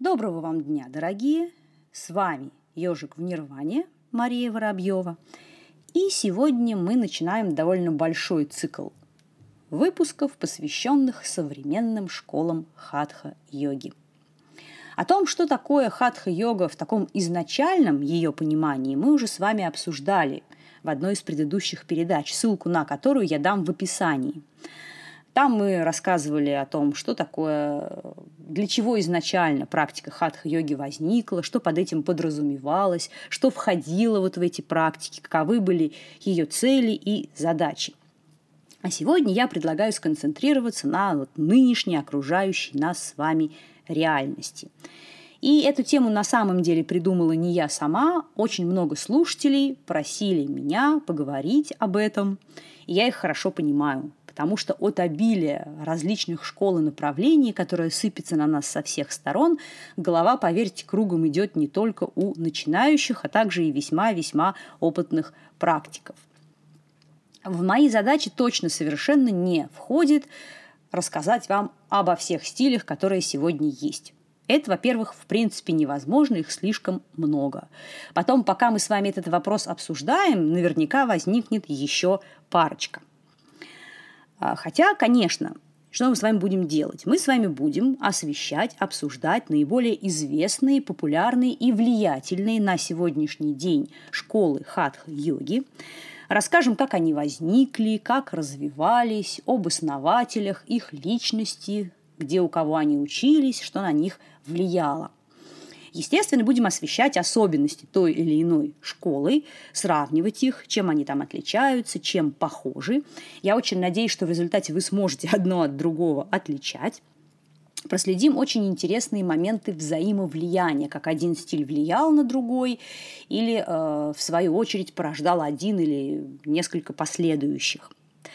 Доброго вам дня, дорогие! С вами «Ежик в Нирване» Мария Воробьева. И сегодня мы начинаем довольно большой цикл выпусков, посвященных современным школам хатха-йоги. О том, что такое хатха-йога в таком изначальном ее понимании, мы уже с вами обсуждали в одной из предыдущих передач, ссылку на которую я дам в описании. Там мы рассказывали о том, что такое, для чего изначально практика хатха-йоги возникла, что под этим подразумевалось, что входило вот в эти практики, каковы были ее цели и задачи. А сегодня я предлагаю сконцентрироваться на нынешней окружающей нас с вами реальности. И эту тему на самом деле придумала не я сама. Очень много слушателей просили меня поговорить об этом, и я их хорошо понимаю. Потому что от обилия различных школ и направлений, которое сыпется на нас со всех сторон, голова, поверьте, кругом идет не только у начинающих, а также и весьма-весьма опытных практиков. В мои задачи точно совершенно не входит рассказать вам обо всех стилях, которые сегодня есть. Это, во-первых, в принципе невозможно, их слишком много. Потом, пока мы с вами этот вопрос обсуждаем, наверняка возникнет еще парочка. Хотя, конечно, что мы с вами будем делать? Мы с вами будем освещать, обсуждать наиболее известные, популярные и влиятельные на сегодняшний день школы хатха-йоги. Расскажем, как они возникли, как развивались, об основателях, их личности, где у кого они учились, что на них влияло. Естественно, будем освещать особенности той или иной школы, сравнивать их, чем они там отличаются, чем похожи. Я очень надеюсь, что в результате вы сможете одно от другого отличать. Проследим очень интересные моменты взаимовлияния, как один стиль влиял на другой или, в свою очередь, порождал один или несколько последующих.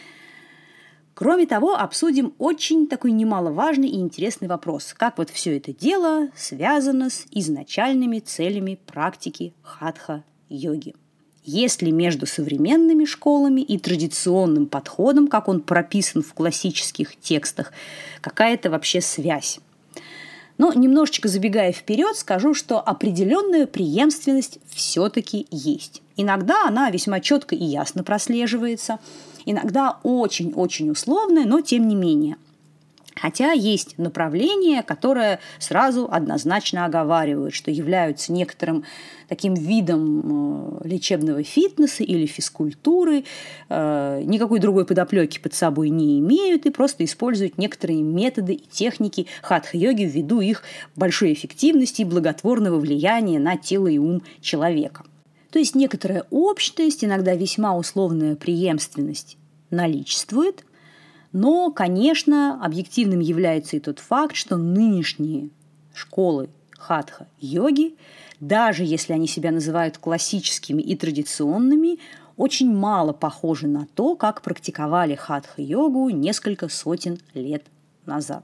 Кроме того, обсудим очень такой немаловажный и интересный вопрос, как вот все это дело связано с изначальными целями практики хатха-йоги. Есть ли между современными школами и традиционным подходом, как он прописан в классических текстах, какая-то вообще связь? Но немножечко забегая вперед, скажу, что определенная преемственность все-таки есть. Иногда она весьма четко и ясно прослеживается, иногда очень-очень условная, но тем не менее. Хотя есть направления, которые сразу однозначно оговаривают, что являются некоторым таким видом лечебного фитнеса или физкультуры, никакой другой подоплеки под собой не имеют и просто используют некоторые методы и техники хатха-йоги ввиду их большой эффективности и благотворного влияния на тело и ум человека. То есть некоторая общность, иногда весьма условная преемственность наличествует, но, конечно, объективным является и тот факт, что нынешние школы хатха-йоги, даже если они себя называют классическими и традиционными, очень мало похожи на то, как практиковали хатха-йогу несколько сотен лет назад.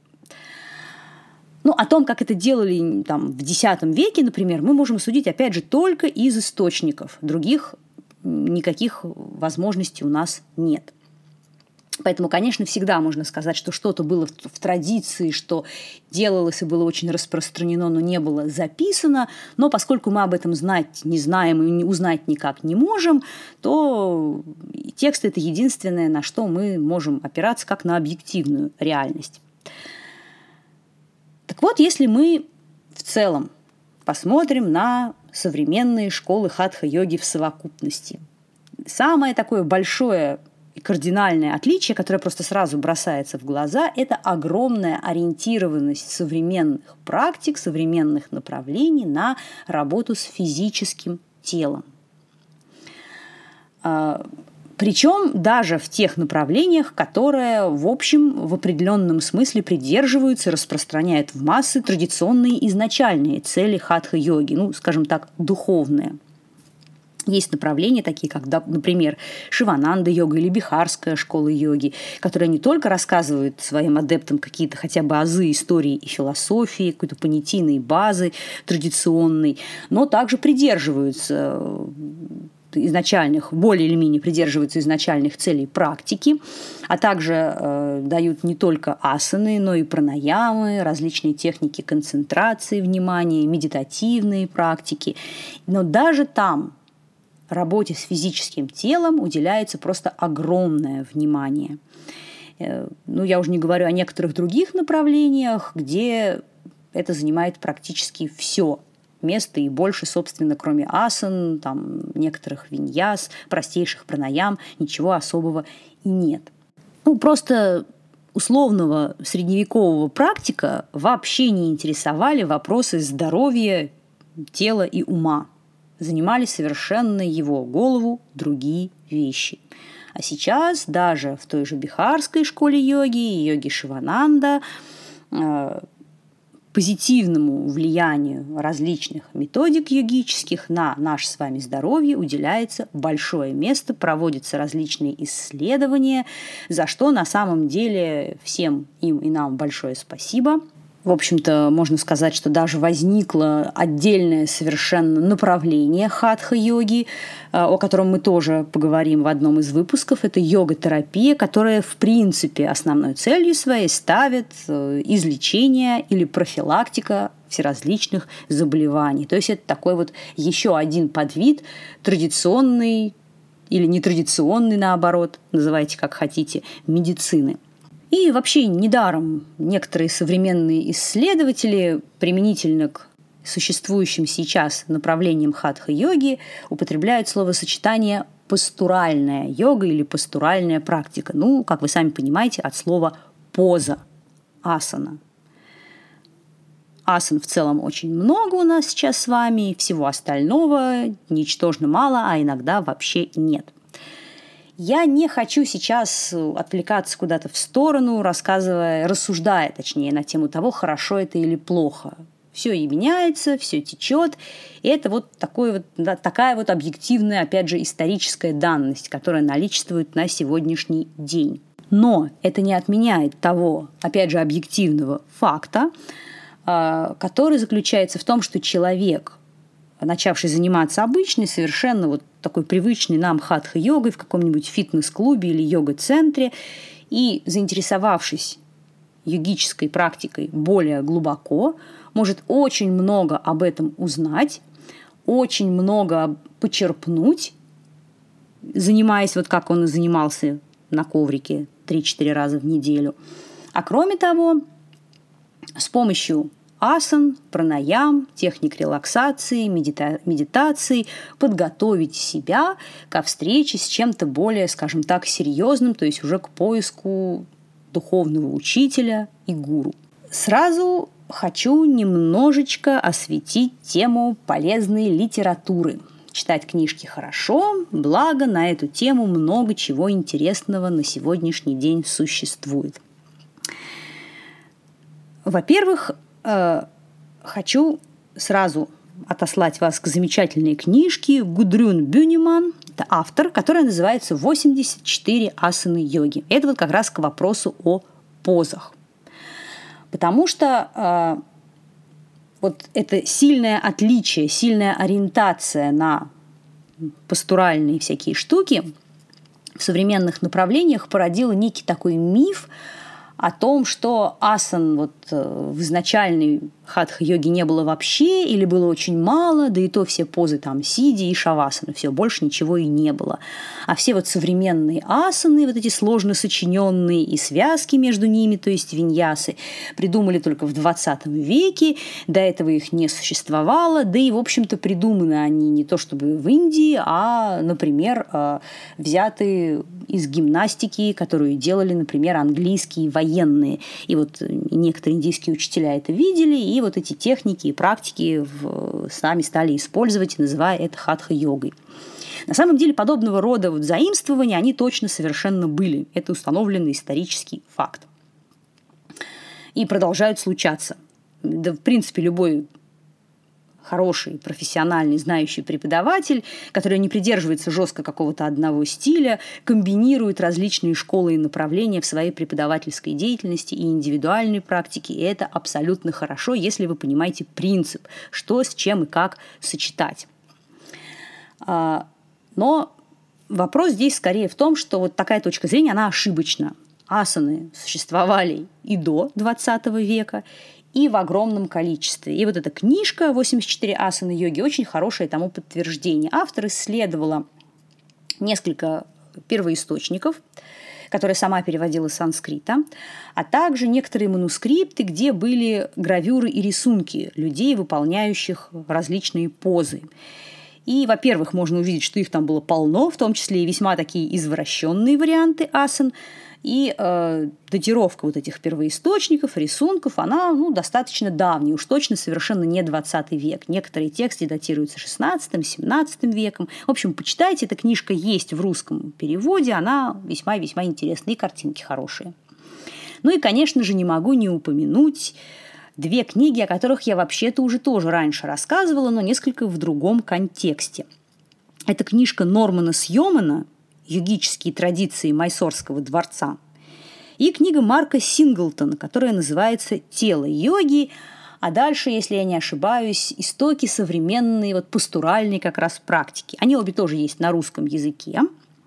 О том, как это делали там, в X веке, например, мы можем судить, опять же, только из источников. Других никаких возможностей у нас нет. Поэтому, конечно, всегда можно сказать, что что-то было в традиции, что делалось и было очень распространено, но не было записано. Но поскольку мы об этом знать не знаем и узнать никак не можем, то текст – это единственное, на что мы можем опираться как на объективную реальность. Так вот, если мы в целом посмотрим на современные школы хатха-йоги в совокупности, самое такое большое и кардинальное отличие, которое просто сразу бросается в глаза, это огромная ориентированность современных практик, современных направлений на работу с физическим телом. Причем даже в тех направлениях, которые, в общем, в определенном смысле придерживаются и распространяют в массы традиционные изначальные цели хатха-йоги, скажем так, духовные. Есть направления, такие как, например, Шивананда-йога или Бихарская школа йоги, которые не только рассказывают своим адептам какие-то хотя бы азы истории и философии, какой-то понятийной базы традиционной, но также придерживаются изначальных, более или менее придерживаются изначальных целей практики, а также дают не только асаны, но и пранаямы, различные техники концентрации внимания, медитативные практики. Но даже там работе с физическим телом уделяется просто огромное внимание. Я уже не говорю о некоторых других направлениях, где это занимает практически все место и больше, собственно, кроме асан, там, некоторых виньяс, простейших пранаям, ничего особого и нет. Просто условного средневекового практика вообще не интересовали вопросы здоровья тела и ума. Занимали совершенно его голову другие вещи. А сейчас даже в той же бихарской школе йоги, йоги Шивананда, позитивному влиянию различных методик йогических на наше с вами здоровье уделяется большое место, проводятся различные исследования, за что на самом деле всем им и нам большое спасибо. В общем-то, можно сказать, что даже возникло отдельное совершенно направление хатха-йоги, о котором мы тоже поговорим в одном из выпусков. Это йога-терапия, которая, в принципе, основной целью своей ставит излечение или профилактика всеразличных заболеваний. То есть это такой вот еще один подвид традиционный или нетрадиционный, наоборот, называйте как хотите, медицины. И вообще недаром некоторые современные исследователи применительно к существующим сейчас направлениям хатха-йоги употребляют словосочетание «пастуральная йога» или «пастуральная практика». Как вы сами понимаете, от слова «поза» – асана. Асан в целом очень много у нас сейчас с вами, всего остального ничтожно мало, а иногда вообще нет. Я не хочу сейчас отвлекаться куда-то в сторону, рассуждая на тему того, хорошо это или плохо. Все и меняется, все течет. И это такая объективная, опять же, историческая данность, которая наличествует на сегодняшний день. Но это не отменяет того, опять же, объективного факта, который заключается в том, что человек, начавший заниматься обычной, совершенно такой привычной нам хатха-йогой в каком-нибудь фитнес-клубе или йога-центре и заинтересовавшись йогической практикой более глубоко, может очень много об этом узнать, очень много почерпнуть, занимаясь как он и занимался на коврике 3-4 раза в неделю. А кроме того, с помощью асан, пранаям, техник релаксации, медитации, подготовить себя ко встрече с чем-то более, скажем так, серьезным, то есть уже к поиску духовного учителя и гуру. Сразу хочу немножечко осветить тему полезной литературы. Читать книжки хорошо, благо на эту тему много чего интересного на сегодняшний день существует. Во-первых, хочу сразу отослать вас к замечательной книжке Гудрун Бюнеман, это автор, которая называется «84 асаны йоги». Это как раз к вопросу о позах. Потому что это сильное отличие, сильная ориентация на пастуральные всякие штуки в современных направлениях породила некий такой миф о том, что асан в изначальной хатха-йоге не было вообще или было очень мало, да и то все позы там сидя и шавасаны, все, больше ничего и не было. А все современные асаны, эти сложно сочиненные и связки между ними, то есть виньясы, придумали только в 20 веке, до этого их не существовало, да и, в общем-то, придуманы они не то чтобы в Индии, а, например, взяты из гимнастики, которую делали, например, английские военные. И некоторые индийские учителя это видели, и эти техники и практики сами стали использовать, называя это хатха-йогой. На самом деле подобного рода заимствования, они точно совершенно были. Это установленный исторический факт. И продолжают случаться. Да, в принципе, любой хороший, профессиональный, знающий преподаватель, который не придерживается жестко какого-то одного стиля, комбинирует различные школы и направления в своей преподавательской деятельности и индивидуальной практике. И это абсолютно хорошо, если вы понимаете принцип, что с чем и как сочетать. Но вопрос здесь скорее в том, что вот такая точка зрения, она ошибочна. Асаны существовали и до 20 века, и в огромном количестве. И вот эта книжка «84 асаны йоги» очень хорошее тому подтверждение. Автор исследовала несколько первоисточников, которые сама переводила с санскрита, а также некоторые манускрипты, где были гравюры и рисунки людей, выполняющих различные позы. И, во-первых, можно увидеть, что их там было полно, в том числе и весьма такие извращенные варианты асан. И датировка вот этих первоисточников, рисунков, она достаточно давняя, уж точно совершенно не 20 век. Некоторые тексты датируются 16-17 веком. В общем, почитайте, эта книжка есть в русском переводе, она весьма и весьма интересная, и картинки хорошие. Ну и, конечно же, не могу не упомянуть две книги, о которых я вообще-то уже тоже раньше рассказывала, но несколько в другом контексте. Это книжка Нормана Сьомана «Йогические традиции Майсорского дворца» и книга Марка Синглтона, которая называется «Тело йоги», а дальше, если я не ошибаюсь, «Истоки современной пастуральной как раз практики». Они обе тоже есть на русском языке.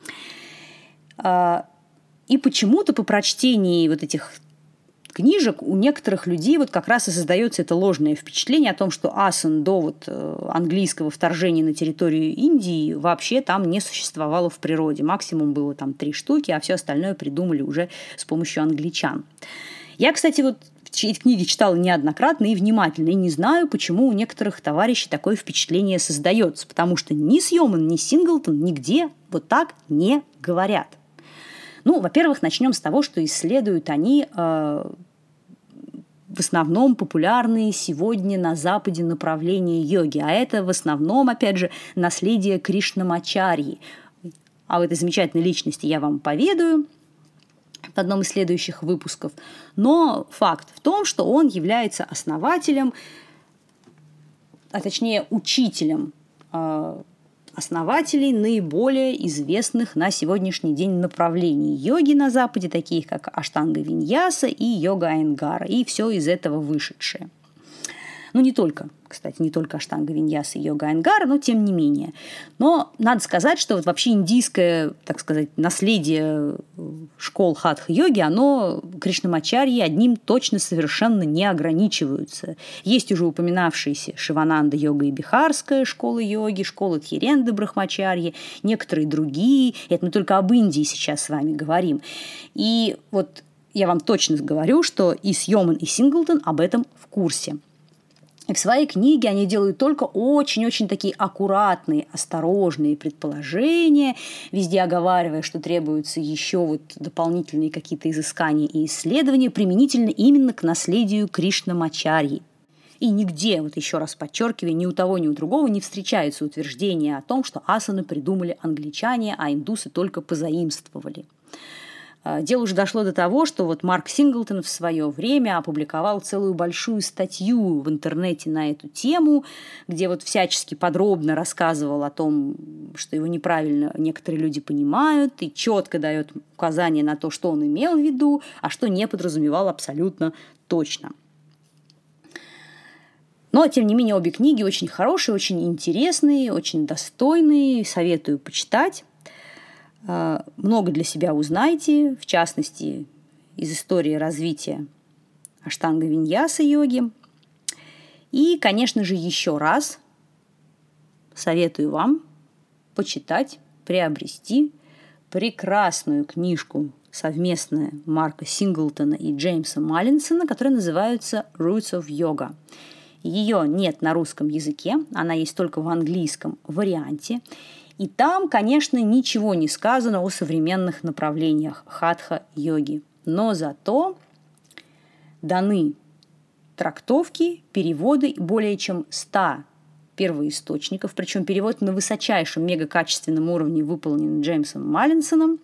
И почему-то по прочтении вот этих книжек у некоторых людей как раз и создается это ложное впечатление о том, что асан до английского вторжения на территорию Индии вообще там не существовало в природе. Максимум было там 3 штуки, а все остальное придумали уже с помощью англичан. Я, кстати, эти книги читала неоднократно и внимательно, и не знаю, почему у некоторых товарищей такое впечатление создается, потому что ни Сьоман, ни Синглтон нигде вот так не говорят. Во-первых, начнем с того, что исследуют они в основном популярные сегодня на Западе направления йоги, а это в основном, опять же, наследие Кришнамачарьи. Об этой замечательной личности я вам поведаю в одном из следующих выпусков. Но факт в том, что он является основателем, а точнее учителем основателей наиболее известных на сегодняшний день направлений йоги на Западе, таких как Аштанга-виньяса и йога-айенгара, и все из этого вышедшее. Не только, кстати, не только Аштанга-виньяса и йога-айенгара, но тем не менее. Но надо сказать, что вообще индийское, так сказать, наследие школ хатха-йоги, оно Кришнамачарьи одним точно совершенно не ограничиваются. Есть уже упоминавшиеся Шивананда йога и Бихарская школа йоги, школа Дхиренды Брахмачарьи, некоторые другие. Это мы только об Индии сейчас с вами говорим. И я вам точно говорю, что и Сьоман, и Синглтон об этом в курсе. И в своей книге они делают только очень-очень такие аккуратные, осторожные предположения, везде оговаривая, что требуются еще дополнительные какие-то изыскания и исследования, применительно именно к наследию Кришнамачарьи. И нигде, еще раз подчеркиваю, ни у того, ни у другого не встречаются утверждения о том, что асаны придумали англичане, а индусы только позаимствовали. Дело уже дошло до того, что Марк Синглтон в свое время опубликовал целую большую статью в интернете на эту тему, где всячески подробно рассказывал о том, что его неправильно некоторые люди понимают, и четко дает указания на то, что он имел в виду, а что не подразумевал абсолютно точно. Но, тем не менее, обе книги очень хорошие, очень интересные, очень достойные, советую почитать. Много для себя узнаете, в частности, из истории развития Аштанга-виньяса йоги. И, конечно же, еще раз советую вам почитать, приобрести прекрасную книжку совместная Марка Синглтона и Джеймса Маллинсона, которая называется «Roots of Yoga». Ее нет на русском языке, она есть только в английском варианте. И там, конечно, ничего не сказано о современных направлениях хатха-йоги. Но зато даны трактовки, переводы более чем 100 первоисточников, причем перевод на высочайшем мегакачественном уровне выполнен Джеймсом Маллинсоном.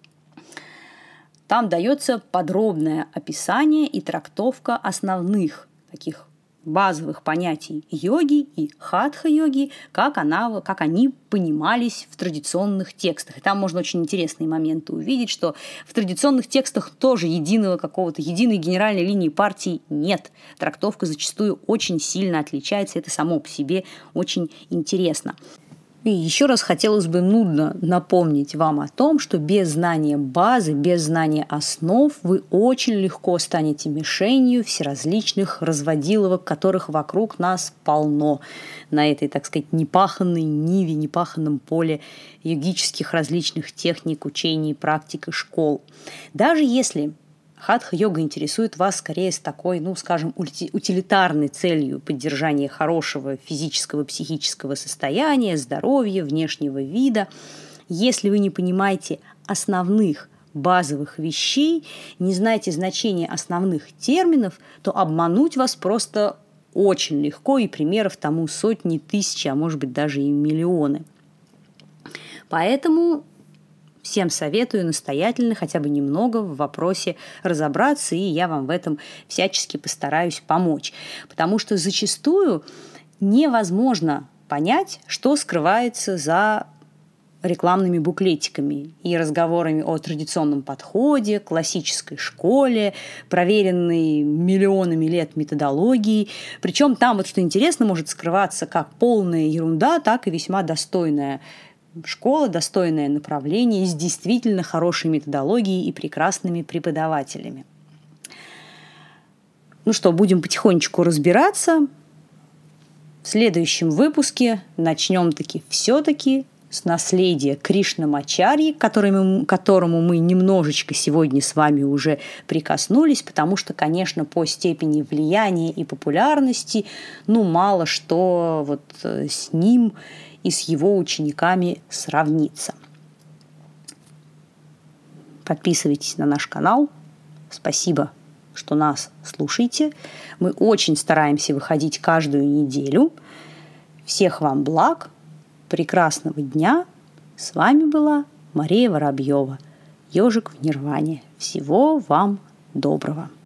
Там дается подробное описание и трактовка основных таких базовых понятий йоги и хатха-йоги, как они понимались в традиционных текстах. И там можно очень интересные моменты увидеть, что в традиционных текстах тоже единой генеральной линии партии нет. Трактовка зачастую очень сильно отличается, это само по себе очень интересно. И еще раз хотелось бы нудно напомнить вам о том, что без знания базы, без знания основ вы очень легко станете мишенью всеразличных разводиловок, которых вокруг нас полно на этой, так сказать, непаханной ниве, непаханном поле йогических различных техник, учений, практик и школ. Даже если хатха-йога интересует вас скорее с такой, скажем, утилитарной целью поддержания хорошего физического и психического состояния, здоровья, внешнего вида. Если вы не понимаете основных базовых вещей, не знаете значения основных терминов, то обмануть вас просто очень легко, и примеров тому сотни, тысячи, а может быть даже и миллионы. Поэтому всем советую настоятельно хотя бы немного в вопросе разобраться, и я вам в этом всячески постараюсь помочь. Потому что зачастую невозможно понять, что скрывается за рекламными буклетиками и разговорами о традиционном подходе, классической школе, проверенной миллионами лет методологии. Причем там, вот что интересно, может скрываться как полная ерунда, так и весьма достойная школа, достойное направление с действительно хорошей методологией и прекрасными преподавателями. Будем потихонечку разбираться. В следующем выпуске начнем все-таки с наследия Кришнамачарьи, к которому мы немножечко сегодня с вами уже прикоснулись, потому что, конечно, по степени влияния и популярности, мало что с ним и с его учениками сравнится. Подписывайтесь на наш канал. Спасибо, что нас слушаете. Мы очень стараемся выходить каждую неделю. Всех вам благ, прекрасного дня. С вами была Мария Воробьева, «Ежик в Нирване». Всего вам доброго.